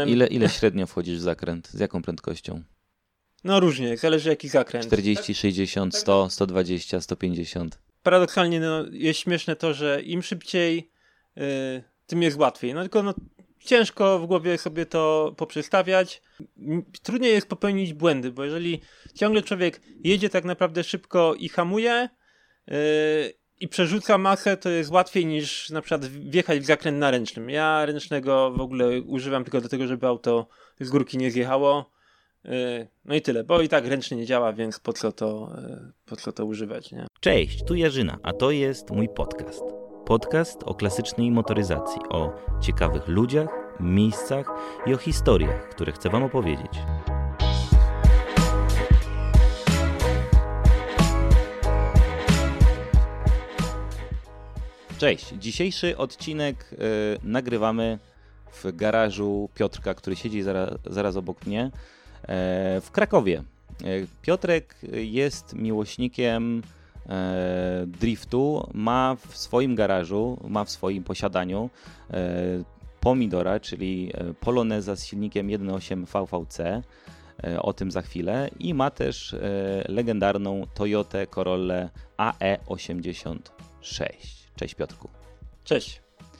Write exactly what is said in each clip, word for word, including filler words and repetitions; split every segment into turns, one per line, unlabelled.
potem...
Ile, ile średnio wchodzisz w zakręt? Z jaką prędkością?
No różnie, zależy jaki zakręt.
czterdzieści, sześćdziesiąt, sto, sto dwadzieścia, sto pięćdziesiąt.
Paradoksalnie no, jest śmieszne to, że im szybciej, yy, tym jest łatwiej. No tylko no, ciężko w głowie sobie to poprzestawiać. Trudniej jest popełnić błędy, bo jeżeli ciągle człowiek jedzie tak naprawdę szybko i hamuje yy, i przerzuca masę, to jest łatwiej niż na przykład wjechać w zakręt na ręcznym. Ja ręcznego w ogóle używam tylko do tego, żeby auto z górki nie zjechało. Yy, no i tyle, bo i tak ręcznie nie działa, więc po co to, yy, po co to używać, nie?
Cześć, tu Jarzyna, a to jest mój podcast. Podcast o klasycznej motoryzacji, o ciekawych ludziach, miejscach i o historiach, które chcę Wam opowiedzieć.
Cześć, dzisiejszy odcinek y, nagrywamy w garażu Piotrka, który siedzi zaraz, zaraz obok mnie, y, w Krakowie. Y, Piotrek jest miłośnikiem y, driftu, ma w swoim garażu, ma w swoim posiadaniu y, Pomidora, czyli Poloneza z silnikiem jeden przecinek osiem V V C, y, o tym za chwilę, i ma też y, legendarną Toyotę Corollę A E osiemdziesiąt sześć. Cześć Piotrku.
Cześć.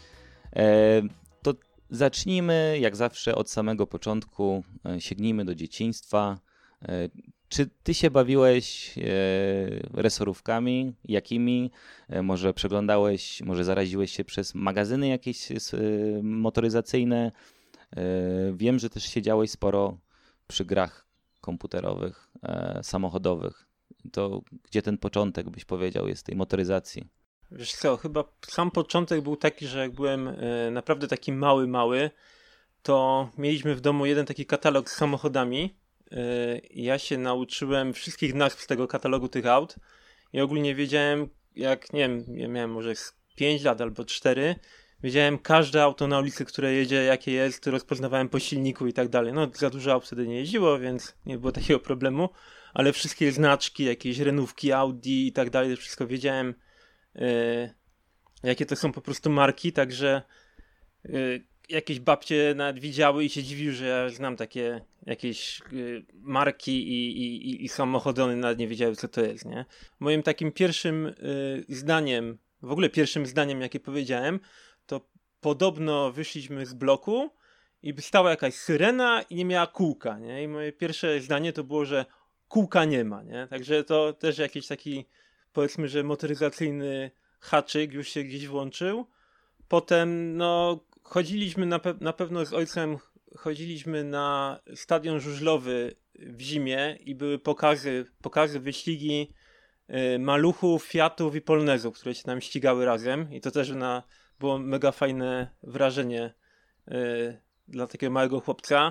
E, to zacznijmy jak zawsze od samego początku, e, sięgnijmy do dzieciństwa. E, czy ty się bawiłeś e, resorówkami? Jakimi? E, może przeglądałeś, może zaraziłeś się przez magazyny jakieś e, motoryzacyjne? E, wiem, że też siedziałeś sporo przy grach komputerowych, e, samochodowych. To gdzie ten początek, byś powiedział, jest tej motoryzacji?
Wiesz co, chyba sam początek był taki, że jak byłem y, naprawdę taki mały, mały, to mieliśmy w domu jeden taki katalog z samochodami. Y, ja się nauczyłem wszystkich nazw z tego katalogu tych aut i ogólnie wiedziałem, jak, nie wiem, ja miałem może pięć lat albo cztery, wiedziałem każde auto na ulicy, które jedzie, jakie jest, rozpoznawałem po silniku i tak dalej. No za dużo aut wtedy nie jeździło, więc nie było takiego problemu, ale wszystkie znaczki, jakieś Renówki, Audi i tak dalej, to wszystko wiedziałem. Yy, jakie to są po prostu marki, także yy, jakieś babcie nawet widziały i się dziwiły, że ja znam takie jakieś yy, marki i, i, i samochody, one nawet nie wiedziały, co to jest, nie? Moim takim pierwszym yy, zdaniem, w ogóle pierwszym zdaniem, jakie powiedziałem, to podobno wyszliśmy z bloku i stała jakaś syrena i nie miała kółka, nie? I moje pierwsze zdanie to było, że kółka nie ma, nie? Także to też jakiś taki, powiedzmy, że motoryzacyjny haczyk już się gdzieś włączył. Potem no chodziliśmy na, pe- na pewno z ojcem, chodziliśmy na stadion żużlowy w zimie i były pokazy, pokazy wyścigi y, maluchów, Fiatów i Polonezów, które się tam ścigały razem i to też na, było mega fajne wrażenie y, dla takiego małego chłopca.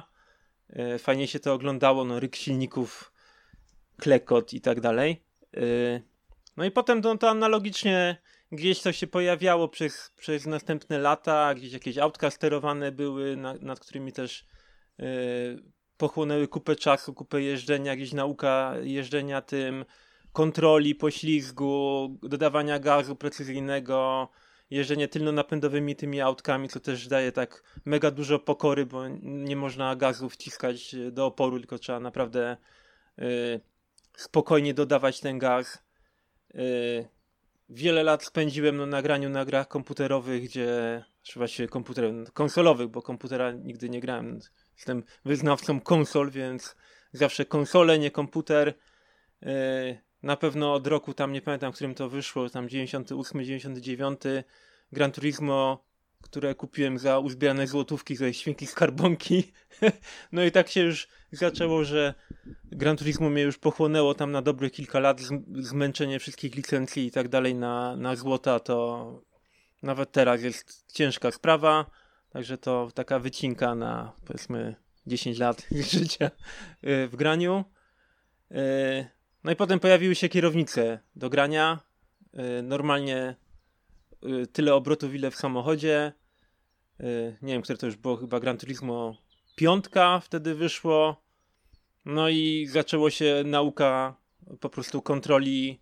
Y, fajnie się to oglądało, no ryk silników, klekot i tak dalej. Y, No i potem to, to analogicznie gdzieś to się pojawiało przez, przez następne lata, gdzieś jakieś autka sterowane były, na, nad którymi też yy, pochłonęły kupę czasu, kupę jeżdżenia, gdzieś nauka jeżdżenia tym, kontroli poślizgu, dodawania gazu precyzyjnego, jeżdżenie tylno-napędowymi tymi autkami, co też daje tak mega dużo pokory, bo nie można gazu wciskać do oporu, tylko trzeba naprawdę yy, spokojnie dodawać ten gaz. Yy, wiele lat spędziłem na nagraniu na grach komputerowych, gdzie, czy właściwie komputerowych, konsolowych, bo komputera nigdy nie grałem. Jestem wyznawcą konsol, więc zawsze konsole, nie komputer. Yy, na pewno od roku tam, nie pamiętam, w którym to wyszło, tam dziewięćdziesiąty ósmy, dziewięćdziesiąty dziewiąty, Gran Turismo, które kupiłem za uzbierane złotówki, za świnki skarbonki. No i tak się już zaczęło, że Gran Turismo mnie już pochłonęło tam na dobre kilka lat, zmęczenie wszystkich licencji i tak dalej na, na złota, to nawet teraz jest ciężka sprawa, także to taka wycinka na, powiedzmy, dziesięć lat życia w graniu. No i potem pojawiły się kierownice do grania, normalnie tyle obrotów, ile w samochodzie. Nie wiem, które to już było, chyba Gran Turismo piątka wtedy wyszło. No i zaczęło się nauka po prostu kontroli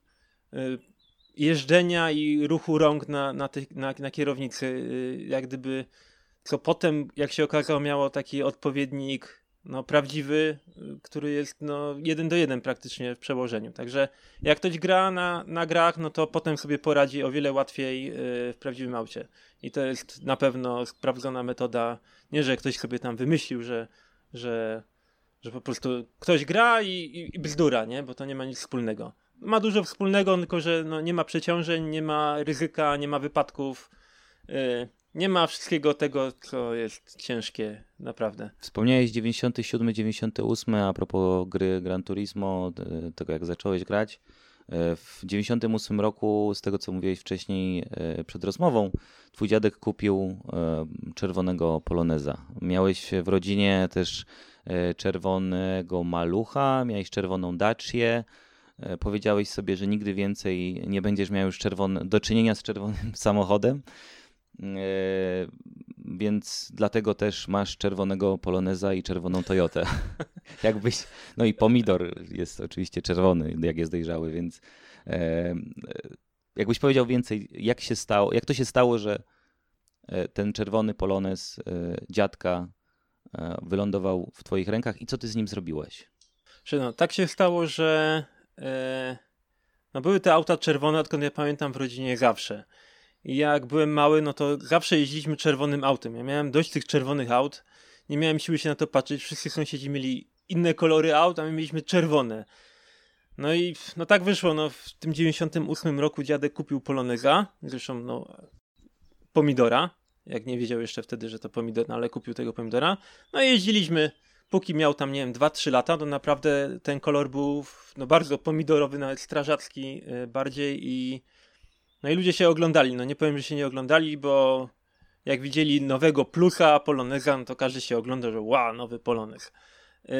jeżdżenia i ruchu rąk na, na, tych, na, na kierownicy. Jak gdyby co potem, jak się okazało, miało taki odpowiednik no, prawdziwy, który jest no, jeden do jeden praktycznie w przełożeniu. Także jak ktoś gra na, na grach, no to potem sobie poradzi o wiele łatwiej yy, w prawdziwym aucie. I to jest na pewno sprawdzona metoda. Nie, że ktoś sobie tam wymyślił, że, że, że po prostu ktoś gra i, i, i bzdura, nie? Bo to nie ma nic wspólnego. Ma dużo wspólnego, tylko że no, nie ma przeciążeń, nie ma ryzyka, nie ma wypadków. Yy, Nie ma wszystkiego tego, co jest ciężkie, naprawdę.
Wspomniałeś dziewięćdziesiąty siódmy dziewięćdziesiąty ósmy a propos gry Gran Turismo, tego jak zacząłeś grać. W dziewięćdziesiątym ósmym roku, z tego co mówiłeś wcześniej przed rozmową, twój dziadek kupił czerwonego Poloneza. Miałeś w rodzinie też czerwonego Malucha, miałeś czerwoną Dacię. Powiedziałeś sobie, że nigdy więcej nie będziesz miał już czerwone, do czynienia z czerwonym samochodem. Yy, więc dlatego też masz czerwonego Poloneza i czerwoną Toyotę. Jakbyś, no i pomidor jest oczywiście czerwony, jak jest dojrzały, więc yy, jakbyś powiedział więcej, jak się stało, jak to się stało, że ten czerwony Polonez yy, dziadka yy, wylądował w twoich rękach i co ty z nim zrobiłeś?
No, tak się stało, że yy, no były te auta czerwone, odkąd ja pamiętam w rodzinie zawsze. I jak byłem mały, no to zawsze jeździliśmy czerwonym autem. Ja miałem dość tych czerwonych aut. Nie miałem siły się na to patrzeć. Wszyscy sąsiedzi mieli inne kolory aut, a my mieliśmy czerwone. No i no tak wyszło. No, w tym dziewięćdziesiątym ósmym roku dziadek kupił Poloneza. Zresztą no, pomidora. Jak nie wiedział jeszcze wtedy, że to pomidor, no, ale kupił tego pomidora. No i jeździliśmy. Póki miał tam, nie wiem, dwa trzy lata, to naprawdę ten kolor był no, bardzo pomidorowy, nawet strażacki yy, bardziej i no i ludzie się oglądali, no nie powiem, że się nie oglądali, bo jak widzieli nowego plusa Poloneza, no to każdy się ogląda, że wow, nowy Polonez. Yy...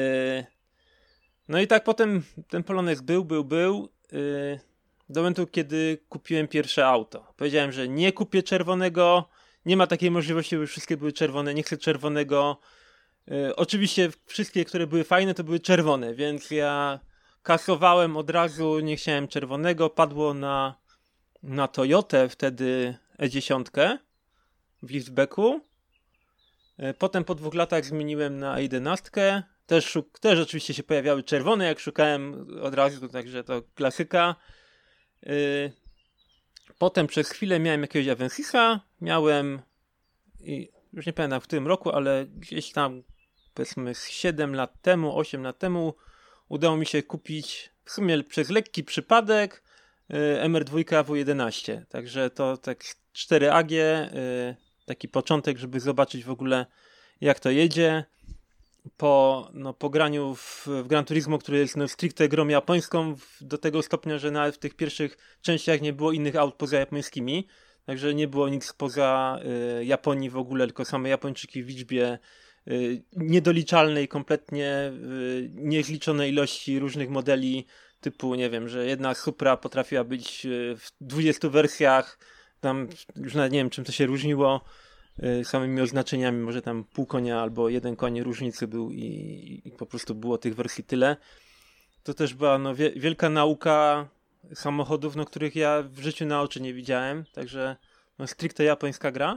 No i tak potem ten Polonez był, był, był, yy... do momentu, kiedy kupiłem pierwsze auto. Powiedziałem, że nie kupię czerwonego, nie ma takiej możliwości, by wszystkie były czerwone, nie chcę czerwonego. Yy... Oczywiście wszystkie, które były fajne, to były czerwone, więc ja kasowałem od razu, nie chciałem czerwonego, padło na na Toyotę wtedy E dziesięć w liftbacku. Potem po dwóch latach zmieniłem na E jedenaście. Też, szuk- też oczywiście się pojawiały czerwone, jak szukałem od razu, także to klasyka. Yy. Potem przez chwilę miałem jakiegoś Avensisa. Miałem, i już nie pamiętam w którym roku, ale gdzieś tam powiedzmy siedem lat temu, osiem lat temu udało mi się kupić w sumie przez lekki przypadek M R dwa A W jedenaście, także to tak cztery A G, taki początek, żeby zobaczyć w ogóle jak to jedzie. Po, no, po graniu w, w Gran Turismo, który jest no, stricte grą japońską, w, do tego stopnia, że nawet w tych pierwszych częściach nie było innych aut poza japońskimi, także nie było nic poza y, Japonii w ogóle, tylko same Japończyki w liczbie y, niedoliczalnej, kompletnie y, niezliczonej ilości różnych modeli, typu, nie wiem, że jedna Supra potrafiła być w dwudziestu wersjach, tam już nawet nie wiem, czym to się różniło, samymi oznaczeniami, może tam pół konia albo jeden koń różnicy był i, i po prostu było tych wersji tyle. To też była no, wie, wielka nauka samochodów, no, których ja w życiu na oczy nie widziałem, także no, stricte japońska gra.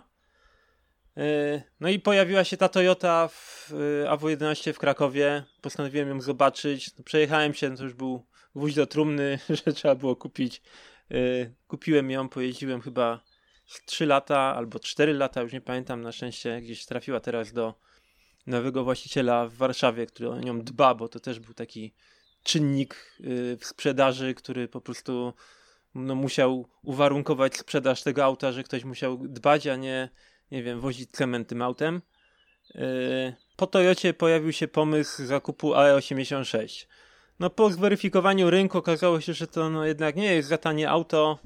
No i pojawiła się ta Toyota w A W jedenaście w Krakowie, postanowiłem ją zobaczyć, przejechałem się, no to już był gwóźdź do trumny, że trzeba było kupić. Yy, kupiłem ją, pojeździłem chyba trzy lata albo cztery lata, już nie pamiętam, na szczęście gdzieś trafiła teraz do nowego właściciela w Warszawie, który o nią dba, bo to też był taki czynnik yy, w sprzedaży, który po prostu no, musiał uwarunkować sprzedaż tego auta, że ktoś musiał dbać, a nie, nie wiem, wozić cement tym autem. Yy, po Toyocie pojawił się pomysł zakupu A E osiemdziesiąt sześć. No po zweryfikowaniu rynku okazało się, że to no jednak nie jest za tanie auto.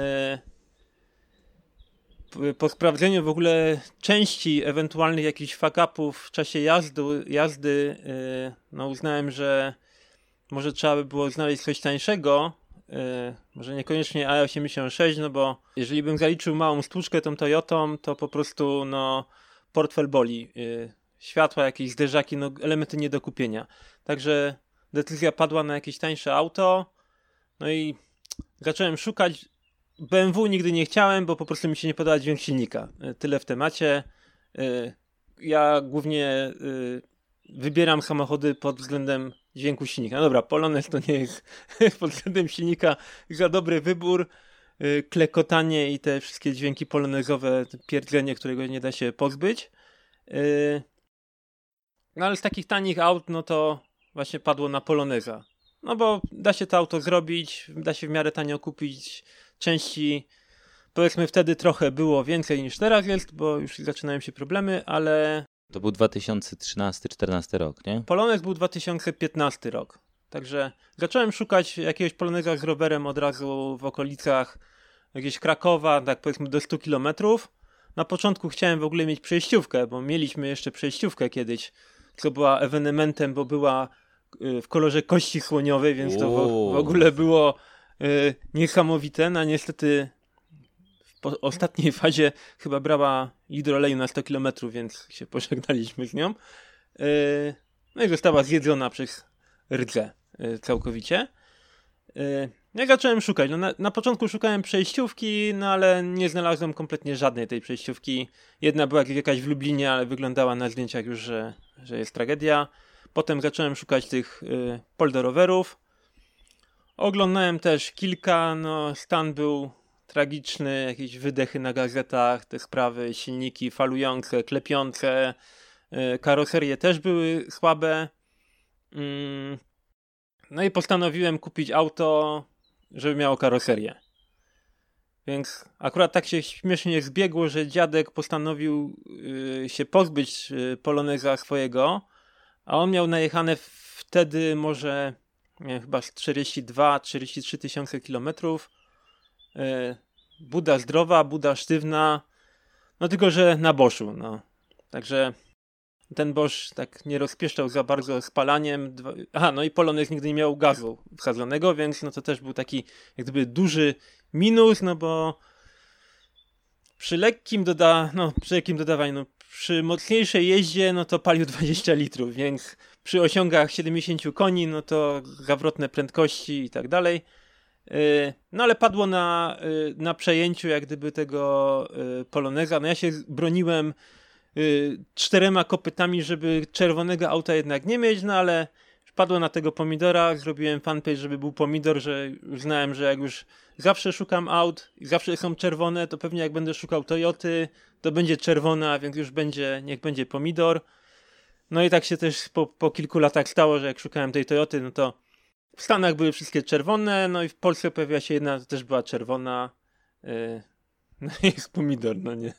Yy, po sprawdzeniu w ogóle części ewentualnych jakichś fuck-upów w czasie jazdy, jazdy yy, no uznałem, że może trzeba by było znaleźć coś tańszego. Yy, może niekoniecznie A E osiemdziesiąt sześć, no bo jeżeli bym zaliczył małą stłuczkę tą Toyotą, to po prostu no portfel boli. Yy, światła, jakieś zderzaki, no elementy nie do kupienia. Także decyzja padła na jakieś tańsze auto, no i zacząłem szukać. B M W nigdy nie chciałem, bo po prostu mi się nie podoba dźwięk silnika. Tyle w temacie. y, ja głównie y, wybieram samochody pod względem dźwięku silnika. No dobra, Polonez to nie jest pod względem silnika za dobry wybór. Y, klekotanie i te wszystkie dźwięki polonezowe, pierdzenie, którego nie da się pozbyć. Y, no ale z takich tanich aut, no to właśnie padło na Poloneza. No bo da się to auto zrobić, da się w miarę tanio kupić części. Powiedzmy wtedy trochę było więcej niż teraz jest, bo już zaczynają się problemy, ale...
To był dwa tysiące trzynasty czternasty rok, nie?
Polonez był dwa tysiące piętnasty rok. Także zacząłem szukać jakiegoś Poloneza z rowerem od razu w okolicach jakiegoś Krakowa, tak powiedzmy do stu kilometrów. Na początku chciałem w ogóle mieć przejściówkę, bo mieliśmy jeszcze przejściówkę kiedyś, co była ewenementem, bo była w kolorze kości słoniowej, więc to w, w ogóle było y, niesamowite. No niestety w po, ostatniej fazie chyba brała litr oleju na sto kilometrów, więc się pożegnaliśmy z nią. Y, no i została zjedzona przez rdzę y, całkowicie. Y, ja zacząłem szukać. No na, na początku szukałem przejściówki, no ale nie znalazłem kompletnie żadnej tej przejściówki. Jedna była jakaś w Lublinie, ale wyglądała na zdjęciach już, że, że jest tragedia. Potem zacząłem szukać tych y, poldorowerów. Oglądałem też kilka, no stan był tragiczny, jakieś wydechy na gazetach, te sprawy, silniki falujące, klepiące, y, karoserie też były słabe. Mm. No i postanowiłem kupić auto, żeby miało karoserię. Więc akurat tak się śmiesznie zbiegło, że dziadek postanowił y, się pozbyć y, Poloneza swojego, a on miał najechane wtedy może nie wiem, chyba czterdzieści dwa czterdzieści trzy tysiące kilometrów. Yy, buda zdrowa, buda sztywna. No tylko, że na Boschu. No. Także ten Bosch tak nie rozpieszczał za bardzo spalaniem. Aha, no i Polonez nigdy nie miał gazu wsadzonego, więc no to też był taki jak gdyby duży minus, no bo przy lekkim doda... no przy lekkim dodawaniu, no przy mocniejszej jeździe, no to palił dwadzieścia litrów, więc przy osiągach siedemdziesiąt koni, no to zawrotne prędkości i tak dalej. No ale padło na, na przejęciu jak gdyby tego Poloneza. No ja się broniłem czterema kopytami, żeby czerwonego auta jednak nie mieć, no ale padło na tego pomidora, zrobiłem fanpage, żeby był pomidor, że uznałem, że jak już zawsze szukam aut i zawsze są czerwone, to pewnie jak będę szukał Toyoty, to będzie czerwona, więc już będzie, niech będzie pomidor. No i tak się też po, po kilku latach stało, że jak szukałem tej Toyoty, no to w Stanach były wszystkie czerwone, no i w Polsce pojawiła się jedna, to też była czerwona. Yy, no i jest pomidor, no nie.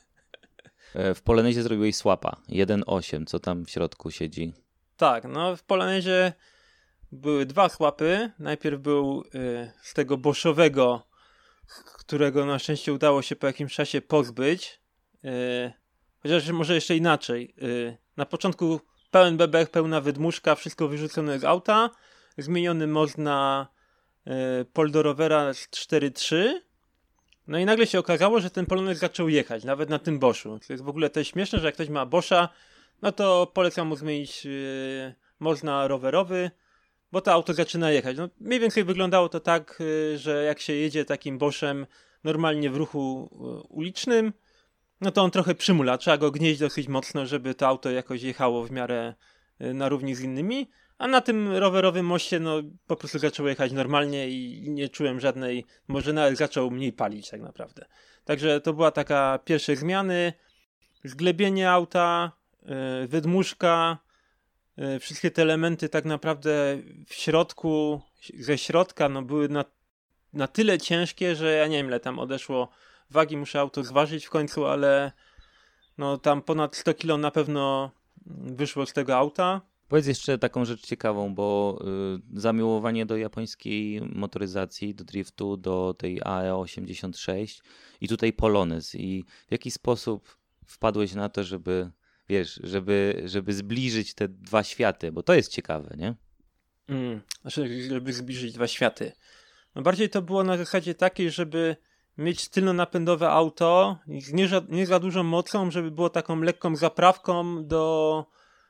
W Polonezie zrobiłeś swapa, jeden osiem, co tam w środku siedzi?
Tak, no w Polonezie były dwa swapy. Najpierw był y, z tego boszowego, którego na szczęście udało się po jakimś czasie pozbyć. Y, chociaż może jeszcze inaczej. Y, na początku pełen bebech, pełna wydmuszka, wszystko wyrzucone z auta. Zmieniony most na y, Poldorovera z cztery trzy. No i nagle się okazało, że ten Polonez zaczął jechać, nawet na tym Boschu. To jest w ogóle też śmieszne, że jak ktoś ma Boscha, no to polecam mu zmienić yy, most na rowerowy, bo to auto zaczyna jechać. No, mniej więcej wyglądało to tak, yy, że jak się jedzie takim Boschem normalnie w ruchu yy, ulicznym, no to on trochę przymula. Trzeba go gnieść dosyć mocno, żeby to auto jakoś jechało w miarę yy, na równi z innymi. A na tym rowerowym moście no po prostu zaczął jechać normalnie i nie czułem żadnej, może nawet zaczął mniej palić tak naprawdę. Także to była taka pierwsze zmiany, zglebienie auta, yy, wydmuszka, yy, wszystkie te elementy tak naprawdę w środku, ze środka no były na, na tyle ciężkie, że ja nie wiem ile tam odeszło wagi, muszę auto zważyć w końcu, ale no tam ponad sto kilo na pewno wyszło z tego auta.
Powiedz jeszcze taką rzecz ciekawą, bo y, zamiłowanie do japońskiej motoryzacji, do driftu, do tej A E osiemdziesiąt sześć i tutaj Polonez. I w jaki sposób wpadłeś na to, żeby, wiesz, żeby, żeby zbliżyć te dwa światy, bo to jest ciekawe, nie?
Mm, znaczy, żeby zbliżyć dwa światy. No bardziej to było na zasadzie takiej, żeby mieć tylno-napędowe auto z nie, nie za dużą mocą, żeby było taką lekką zaprawką do...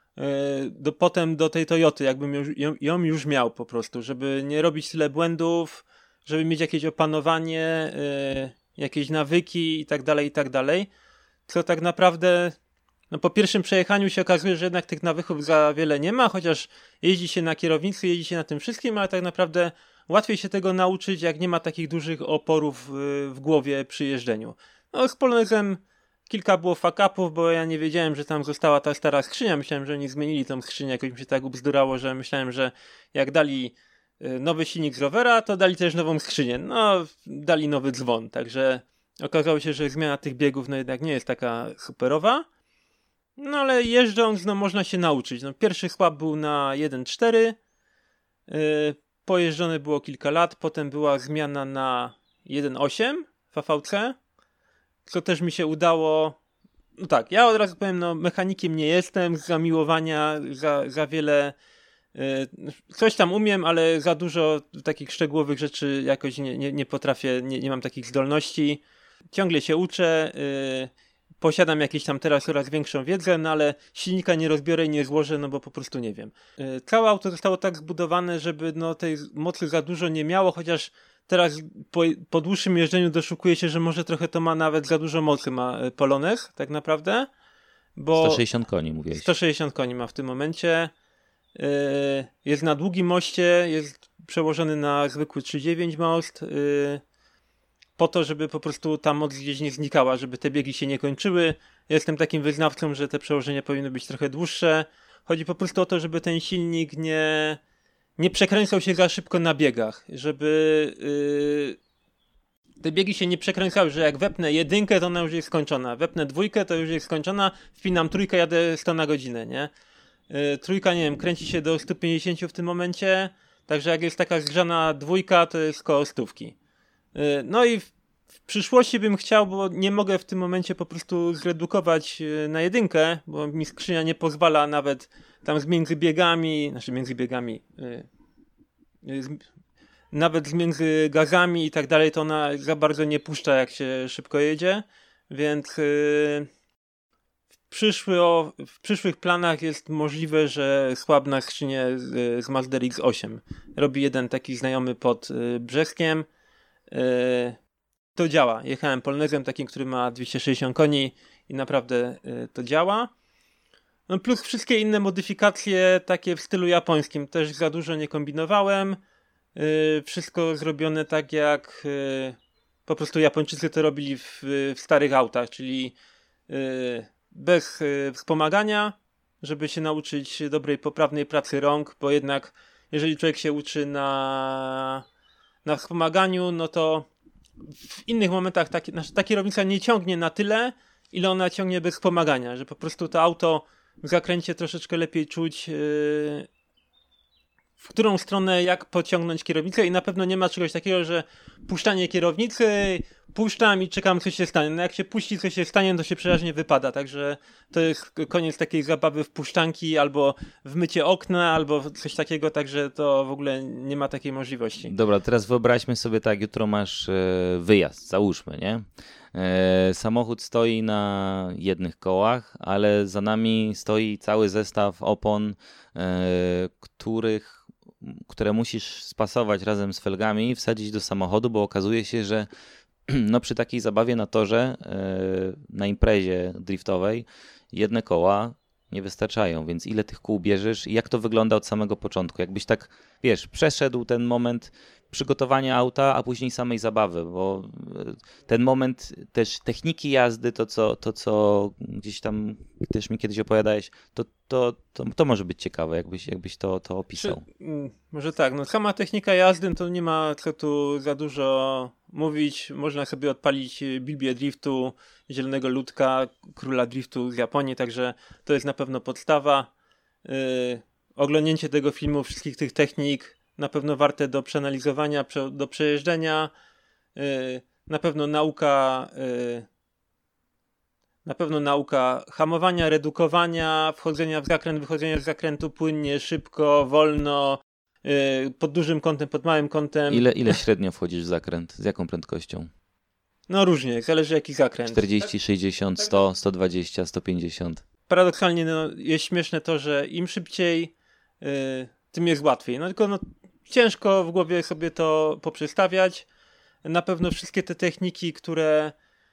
do potem do tej Toyoty, jakbym ją, ją już miał po prostu, żeby nie robić tyle błędów, żeby mieć jakieś opanowanie, yy, jakieś nawyki i tak dalej, i tak dalej, co tak naprawdę no po pierwszym przejechaniu się okazuje, że jednak tych nawyków za wiele nie ma, chociaż jeździ się na kierownicy, jeździ się na tym wszystkim, ale tak naprawdę łatwiej się tego nauczyć, jak nie ma takich dużych oporów w głowie przy jeżdżeniu. No z Polonezem kilka było fuck-upów, bo ja nie wiedziałem, że tam została ta stara skrzynia. Myślałem, że oni zmienili tą skrzynię, jakoś mi się tak ubzdurało, że myślałem, że jak dali nowy silnik z rowera, to dali też nową skrzynię. No, dali nowy dzwon, także okazało się, że zmiana tych biegów no jednak nie jest taka superowa. No ale jeżdżąc, no można się nauczyć. No, pierwszy chłap był na jeden cztery, yy, pojeżdżone było kilka lat, potem była zmiana na jeden osiem V V C, co też mi się udało. No tak, ja od razu powiem, no mechanikiem nie jestem, z zamiłowania za, za wiele, yy, coś tam umiem, ale za dużo takich szczegółowych rzeczy jakoś nie, nie, nie potrafię, nie, nie mam takich zdolności. Ciągle się uczę, yy, posiadam jakieś tam teraz coraz większą wiedzę, no ale silnika nie rozbiorę i nie złożę, no bo po prostu nie wiem. Yy, całe auto zostało tak zbudowane, żeby no tej mocy za dużo nie miało, chociaż teraz po, po dłuższym jeżdżeniu doszukuję się, że może trochę to ma nawet za dużo mocy, ma Polonez tak naprawdę. Bo
sto sześćdziesiąt koni mówiłeś.
sto sześćdziesiąt koni ma w tym momencie. Yy, jest na długim moście, jest przełożony na zwykły trzy dziewięć most. Yy, po to, żeby po prostu ta moc gdzieś nie znikała, żeby te biegi się nie kończyły. Jestem takim wyznawcą, że te przełożenia powinny być trochę dłuższe. Chodzi po prostu o to, żeby ten silnik nie, nie przekręcał się za szybko na biegach, żeby yy, te biegi się nie przekręcały, że jak wepnę jedynkę, to ona już jest skończona, wepnę dwójkę, to już jest skończona, wpinam trójkę, jadę sto na godzinę, nie? Yy, trójka, nie wiem, kręci się do stu pięćdziesięciu w tym momencie, także jak jest taka zgrzana dwójka, to jest koło stówki. No i w, w przyszłości bym chciał, bo nie mogę w tym momencie po prostu zredukować na jedynkę, bo mi skrzynia nie pozwala nawet tam z między biegami, znaczy między biegami, yy, z, nawet z między gazami i tak dalej, to ona za bardzo nie puszcza, jak się szybko jedzie, więc yy, w, przyszły, o, w przyszłych planach jest możliwe, że słabna skrzynię z, z Mazda R X osiem. Robi jeden taki znajomy pod yy, Brzeskiem. Yy, to działa. Jechałem Polonezem takim, który ma dwieście sześćdziesiąt koni i naprawdę yy, to działa. No plus wszystkie inne modyfikacje takie w stylu japońskim. Też za dużo nie kombinowałem. Yy, wszystko zrobione tak jak yy, po prostu Japończycy to robili w, w starych autach, czyli yy, bez yy, wspomagania, żeby się nauczyć dobrej, poprawnej pracy rąk, bo jednak jeżeli człowiek się uczy na na wspomaganiu, no to w innych momentach taki, znaczy, ta kierownica nie ciągnie na tyle, ile ona ciągnie bez wspomagania, że po prostu to auto w zakręcie troszeczkę lepiej czuć, yy, w którą stronę, jak pociągnąć kierownicę i na pewno nie ma czegoś takiego, że puszczanie kierownicy, puszczam i czekam, co się stanie. No jak się puści, co się stanie, to się przeważnie wypada, także to jest koniec takiej zabawy w puszczanki albo w mycie okna, albo coś takiego, także to w ogóle nie ma takiej możliwości.
Dobra, teraz wyobraźmy sobie tak, jutro masz e, wyjazd, załóżmy, nie? E, samochód stoi na jednych kołach, ale za nami stoi cały zestaw opon, e, których które musisz spasować razem z felgami i wsadzić do samochodu, bo okazuje się, że no przy takiej zabawie na torze, na imprezie driftowej, jedne koła nie wystarczają, więc ile tych kół bierzesz i jak to wygląda od samego początku? Jakbyś tak, wiesz, przeszedł ten moment przygotowania auta, a później samej zabawy, bo ten moment też techniki jazdy, to co, to, co gdzieś tam też mi kiedyś opowiadałeś, to, to, to, to może być ciekawe, jakbyś, jakbyś to, to opisał.
Czy, może tak, no sama technika jazdy to nie ma co tu za dużo mówić, można sobie odpalić Biblię Driftu, Zielonego Ludka, Króla Driftu z Japonii, także to jest na pewno podstawa. Yy, oglądnięcie tego filmu, wszystkich tych technik na pewno warte do przeanalizowania, do przejeżdżenia. Yy, na pewno nauka yy, na pewno nauka hamowania, redukowania, wchodzenia w zakręt, wychodzenia z zakrętu płynnie, szybko, wolno, yy, pod dużym kątem, pod małym kątem.
Ile, ile średnio wchodzisz w zakręt? Z jaką prędkością?
No różnie, zależy jaki zakręt.
czterdzieści, sześćdziesiąt, sto, sto dwadzieścia, sto pięćdziesiąt.
Paradoksalnie no, jest śmieszne to, że im szybciej, yy, tym jest łatwiej. No tylko no, ciężko w głowie sobie to poprzestawiać. Na pewno wszystkie te techniki, które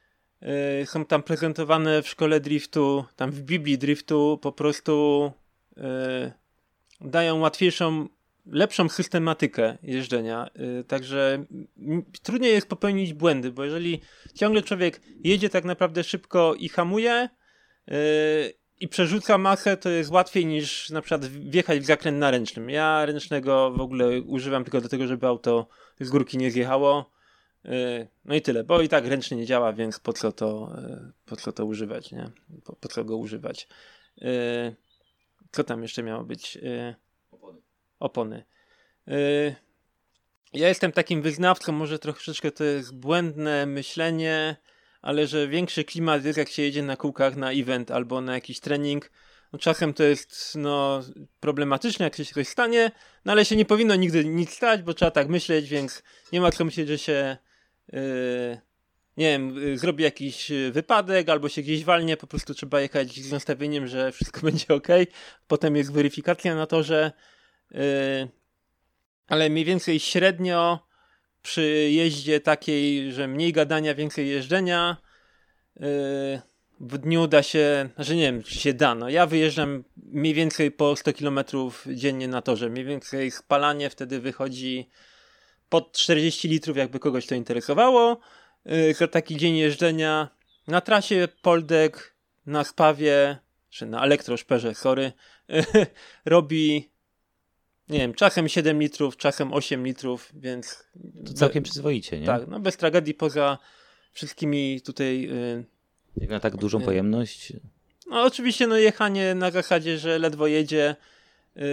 yy, są tam prezentowane w szkole driftu, tam w Biblii driftu po prostu yy, dają łatwiejszą, lepszą systematykę jeżdżenia. Yy, także m- trudniej jest popełnić błędy, bo jeżeli ciągle człowiek jedzie tak naprawdę szybko i hamuje yy, i przerzuca masę, to jest łatwiej niż na przykład wjechać w zakręt na ręcznym. Ja ręcznego w ogóle używam tylko do tego, żeby auto z górki nie zjechało. No i tyle, bo i tak ręcznie nie działa, więc po co to, po co to używać, nie? Po, po co go używać? Co tam jeszcze miało być? Opony. Opony. Ja jestem takim wyznawcą, może troszeczkę to jest błędne myślenie, ale że większy klimat jest, jak się jedzie na kółkach na event albo na jakiś trening. No czasem to jest no, problematyczne, jak się coś stanie, no ale się nie powinno nigdy nic stać, bo trzeba tak myśleć, więc nie ma co myśleć, że się yy, nie wiem, yy, zrobi jakiś wypadek albo się gdzieś walnie, po prostu trzeba jechać z nastawieniem, że wszystko będzie ok. Potem jest weryfikacja na to, że yy, ale mniej więcej średnio przy jeździe takiej, że mniej gadania, więcej jeżdżenia yy, w dniu da się, znaczy nie wiem, czy się da, no ja wyjeżdżam mniej więcej po sto kilometrów dziennie na torze, mniej więcej spalanie wtedy wychodzi pod czterdzieści litrów, jakby kogoś to interesowało, yy, za taki dzień jeżdżenia na trasie Poldek, na Spawie, czy na elektroszperze, sorry, yy, robi, nie wiem, czasem siedem litrów, czasem osiem litrów, więc...
To całkiem przyzwoicie, nie?
Tak, no bez tragedii poza wszystkimi tutaj... Yy,
Jak na tak dużą pojemność?
No oczywiście no jechanie na zasadzie, że ledwo jedzie yy,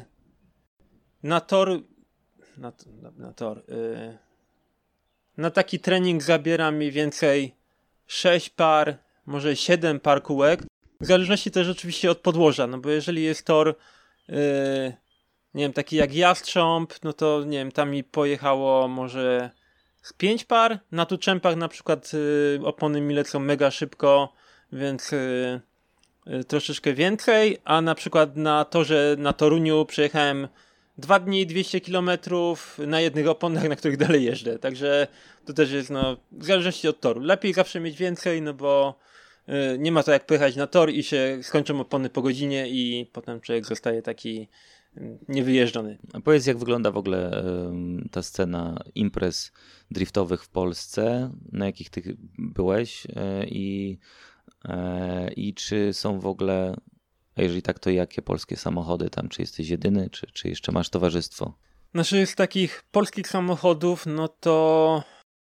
na tor na, na, na tor yy, na taki trening zabiera mniej więcej sześć par, może siedem par kółek, w zależności też oczywiście od podłoża, no bo jeżeli jest tor yy, nie wiem, taki jak Jastrząb, no to nie wiem, tam mi pojechało może z pięć par, na tuczempach na przykład y, opony mi lecą mega szybko, więc y, y, troszeczkę więcej, a na przykład na torze, na Toruniu przejechałem dwa dni, dwieście kilometrów na jednych oponach, na których dalej jeżdżę, także to też jest no, w zależności od toru. Lepiej zawsze mieć więcej, no bo y, nie ma to jak pojechać na tor i się skończą opony po godzinie i potem człowiek zostaje taki niewyjeżdżony.
A powiedz, jak wygląda w ogóle y, ta scena imprez driftowych w Polsce, na jakich ty byłeś y, i, y, i czy są w ogóle, a jeżeli tak, to jakie polskie samochody tam, czy jesteś jedyny, czy, czy jeszcze masz towarzystwo?
Znaczy z takich polskich samochodów, no to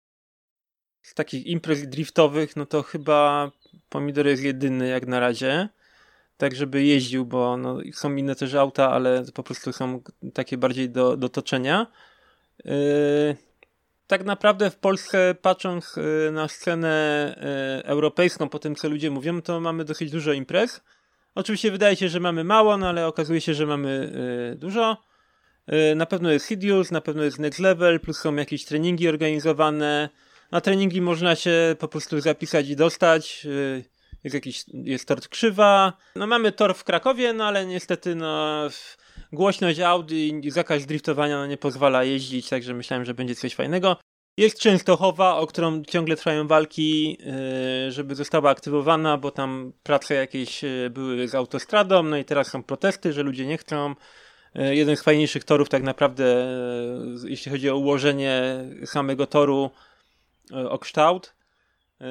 z takich imprez driftowych, no to chyba Pomidor jest jedyny jak na razie. Tak, żeby jeździł, bo no, są inne też auta, ale po prostu są takie bardziej do, do toczenia. Yy, tak naprawdę w Polsce, patrząc yy, na scenę yy, europejską, po tym co ludzie mówią, to mamy dosyć dużo imprez. Oczywiście wydaje się, że mamy mało, no ale okazuje się, że mamy yy, dużo. Yy, na pewno jest Hideous, na pewno jest Next Level, plus są jakieś treningi organizowane. Na treningi można się po prostu zapisać i dostać. Yy, Jest jakiś, jest tor Krzywa. No mamy tor w Krakowie, no ale niestety no głośność Audi i zakaz driftowania no, nie pozwala jeździć, także myślałem, że będzie coś fajnego. Jest Częstochowa, o którą ciągle trwają walki, yy, żeby została aktywowana, bo tam prace jakieś yy, były z autostradą, no i teraz są protesty, że ludzie nie chcą. Yy, jeden z fajniejszych torów tak naprawdę, yy, jeśli chodzi o ułożenie samego toru, yy, o kształt. Yy,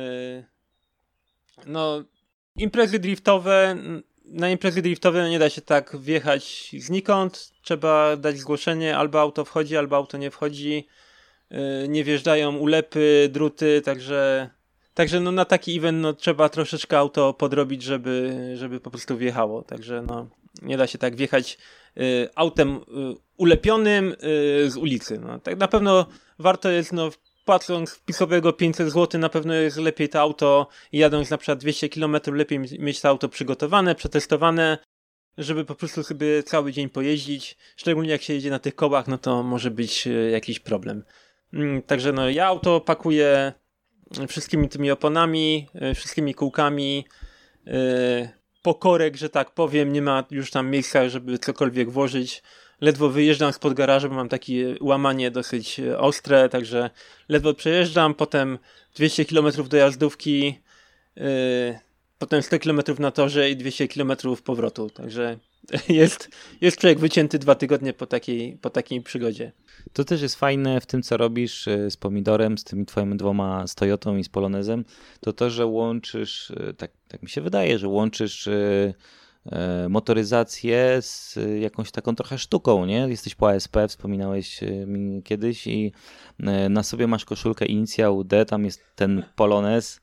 No, imprezy driftowe, na imprezy driftowe nie da się tak wjechać znikąd, trzeba dać zgłoszenie, albo auto wchodzi, albo auto nie wchodzi, yy, nie wjeżdżają ulepy, druty, także, także no na taki event no, trzeba troszeczkę auto podrobić, żeby, żeby po prostu wjechało, także no nie da się tak wjechać yy, autem yy, ulepionym yy, z ulicy, no tak na pewno warto jest no płacąc wpisowego pięćset złotych na pewno jest lepiej to auto i jadąc na przykład dwieście kilometrów lepiej mieć to auto przygotowane, przetestowane, żeby po prostu sobie cały dzień pojeździć. Szczególnie jak się jedzie na tych kołach, no to może być jakiś problem. Także no ja auto pakuję wszystkimi tymi oponami, wszystkimi kółkami, pokorek, że tak powiem, nie ma już tam miejsca, żeby cokolwiek włożyć. Ledwo wyjeżdżam spod garażu, bo mam takie łamanie dosyć ostre, także ledwo przejeżdżam, potem dwieście kilometrów dojazdówki, potem sto kilometrów na torze i dwieście kilometrów powrotu, także jest, jest człowiek wycięty dwa tygodnie po takiej, po takiej przygodzie.
To też jest fajne w tym, co robisz z Pomidorem, z tymi twoimi dwoma, z Toyotą i z Polonezem, to to, że łączysz, tak, tak mi się wydaje, że łączysz motoryzację z jakąś taką trochę sztuką, nie? Jesteś po A S P, wspominałeś mi kiedyś i na sobie masz koszulkę inicjał D, tam jest ten Polonez,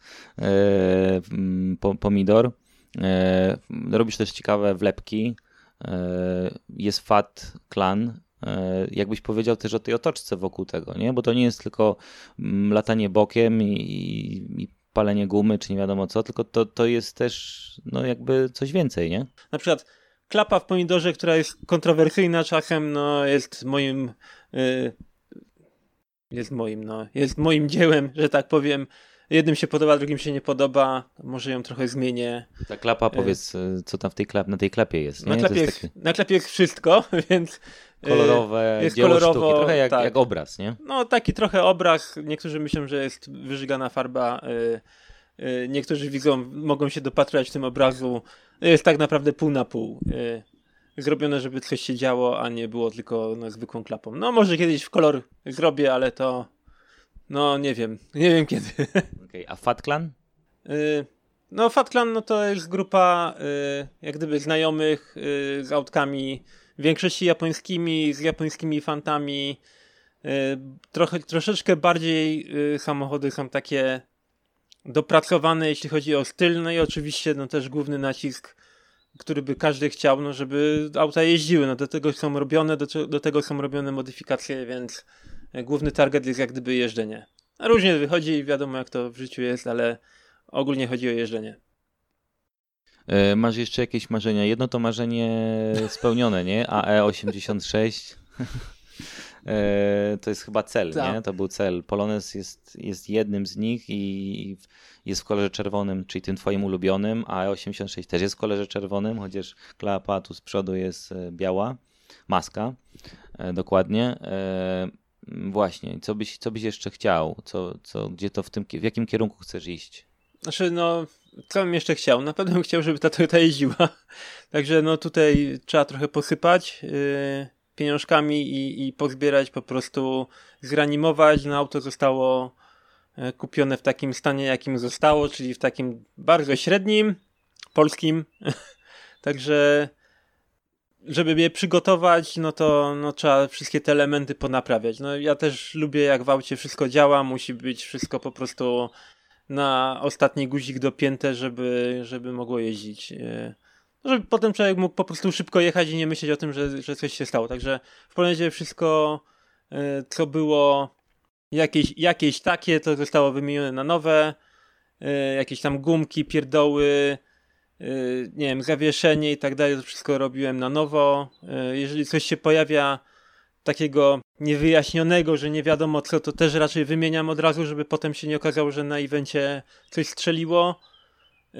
Pomidor. Robisz też ciekawe wlepki, jest Fat Clan. Jakbyś powiedział też o tej otoczce wokół tego, nie? Bo to nie jest tylko latanie bokiem i, i palenie gumy, czy nie wiadomo co, tylko to, to jest też no jakby coś więcej, nie?
Na przykład klapa w Pomidorze, która jest kontrowersyjna czasem, no jest moim yy, jest moim, no jest moim dziełem, że tak powiem. Jednym się podoba, drugim się nie podoba. Może ją trochę zmienię.
Ta klapa, powiedz, co tam w tej klap, na tej klapie jest, nie?
Na klapie jest, taki... na klapie jest wszystko, więc
kolorowe
jest
dzieło
kolorowo,
sztuki, trochę jak,
tak.
jak obraz, nie?
No taki trochę obraz. Niektórzy myślą, że jest wyżygana farba. Niektórzy widzą, mogą się dopatrywać w tym obrazu. Jest tak naprawdę pół na pół. Zrobione, żeby coś się działo, a nie było tylko no, zwykłą klapą. No może kiedyś w kolor zrobię, ale to no nie wiem, nie wiem kiedy.
Okay, a Fat Clan?
Yy, no Fat Clan no to jest grupa yy, jak gdyby znajomych yy, z autkami, w większości japońskimi, z japońskimi fantami. Yy, trochę, troszeczkę bardziej yy, samochody są takie dopracowane, jeśli chodzi o styl, no i oczywiście no też główny nacisk, który by każdy chciał, no żeby auta jeździły, no do tego są robione, do, do tego są robione modyfikacje, więc główny target jest jak gdyby jeżdżenie. A różnie wychodzi i wiadomo jak to w życiu jest, ale ogólnie chodzi o jeżdżenie.
E, masz jeszcze jakieś marzenia? Jedno to marzenie spełnione, nie? A E osiemdziesiąt sześć e, to jest chyba cel,
Ta.
nie? To był cel. Polonez jest, jest jednym z nich i jest w kolorze czerwonym, czyli tym twoim ulubionym, a E osiemdziesiąt sześć też jest w kolorze czerwonym, chociaż klapa tu z przodu jest biała, maska, e, dokładnie. E, Właśnie, co byś, co byś jeszcze chciał? Co, co, gdzie to w tym, w jakim kierunku chcesz iść?
Znaczy, no, co bym jeszcze chciał? Na pewno bym chciał, żeby ta Toyota jeździła. Także no tutaj trzeba trochę posypać yy, pieniążkami i, i pozbierać, po prostu zreanimować. No auto zostało yy, kupione w takim stanie, jakim zostało, czyli w takim bardzo średnim, polskim. Także żeby je przygotować, no to no, trzeba wszystkie te elementy ponaprawiać. No ja też lubię, jak w aucie wszystko działa, musi być wszystko po prostu na ostatni guzik dopięte, żeby, żeby mogło jeździć. Żeby potem człowiek mógł po prostu szybko jechać i nie myśleć o tym, że, że coś się stało. Także w Polonezie wszystko, co było jakieś, jakieś takie, to zostało wymienione na nowe. Jakieś tam gumki, pierdoły, Yy, nie wiem, zawieszenie i tak dalej, to wszystko robiłem na nowo. Yy, jeżeli coś się pojawia takiego niewyjaśnionego, że nie wiadomo co, to też raczej wymieniam od razu, żeby potem się nie okazało, że na evencie coś strzeliło. Yy,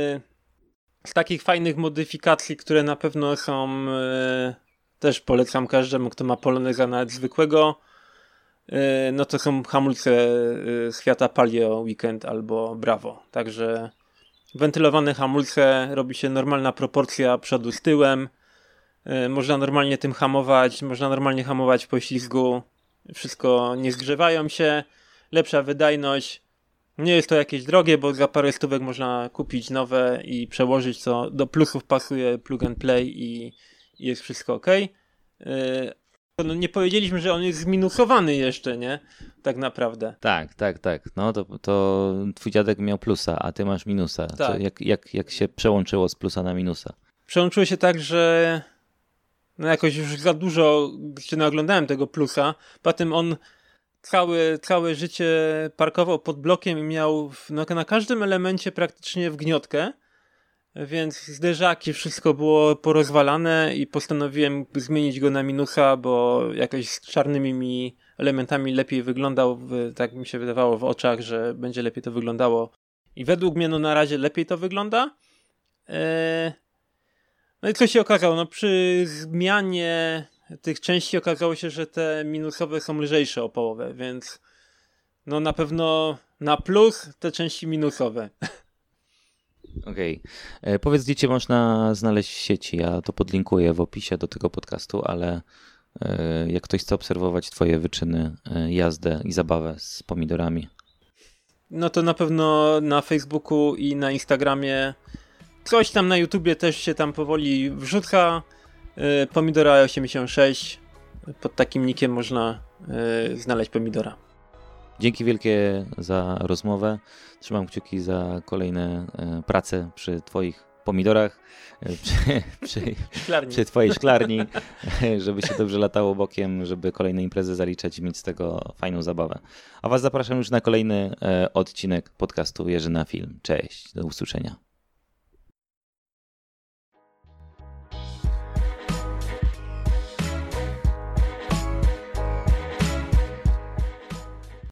z takich fajnych modyfikacji, które na pewno są, yy, też polecam każdemu, kto ma Poloneza nawet zwykłego, yy, no to są hamulce yy, Fiata Palio Weekend albo Bravo. Także wentylowane hamulce, robi się normalna proporcja przodu z tyłem, yy, można normalnie tym hamować, można normalnie hamować w poślizgu, wszystko nie zgrzewają się, lepsza wydajność, nie jest to jakieś drogie, bo za parę stówek można kupić nowe i przełożyć, co do plusów pasuje plug and play i, i jest wszystko ok. Yy, no nie powiedzieliśmy, że on jest zminusowany jeszcze, nie? Tak naprawdę.
Tak, tak, tak. No to, to twój dziadek miał plusa, a ty masz minusa.
Tak.
Co, jak, jak, jak się przełączyło z plusa na minusa?
Przełączyło się tak, że no jakoś już za dużo się naoglądałem tego plusa. Potem on całe, całe życie parkował pod blokiem i miał w, no, na każdym elemencie praktycznie wgniotkę. Więc zderzaki, wszystko było porozwalane i postanowiłem zmienić go na minusa, bo jakoś z czarnymi mi elementami lepiej wyglądał, w, tak mi się wydawało w oczach, że będzie lepiej to wyglądało. I według mnie no na razie lepiej to wygląda. Eee... No i co się okazało? No przy zmianie tych części okazało się, że te minusowe są lżejsze o połowę, więc no na pewno na plus te części minusowe.
Okej. Okay. Powiedz, gdzie cię można znaleźć w sieci. Ja to podlinkuję w opisie do tego podcastu, ale jak ktoś chce obserwować twoje wyczyny, jazdę i zabawę z pomidorami.
No to na pewno na Facebooku i na Instagramie. Coś tam na YouTubie też się tam powoli wrzuca. Pomidora osiemdziesiąt sześć. Pod takim nickiem można znaleźć pomidora.
Dzięki wielkie za rozmowę. Trzymam kciuki za kolejne prace przy twoich pomidorach, przy, przy, przy twojej szklarni, żeby się dobrze latało bokiem, żeby kolejne imprezy zaliczać i mieć z tego fajną zabawę. A was zapraszam już na kolejny odcinek podcastu Jerzy na Film. Cześć, do usłyszenia.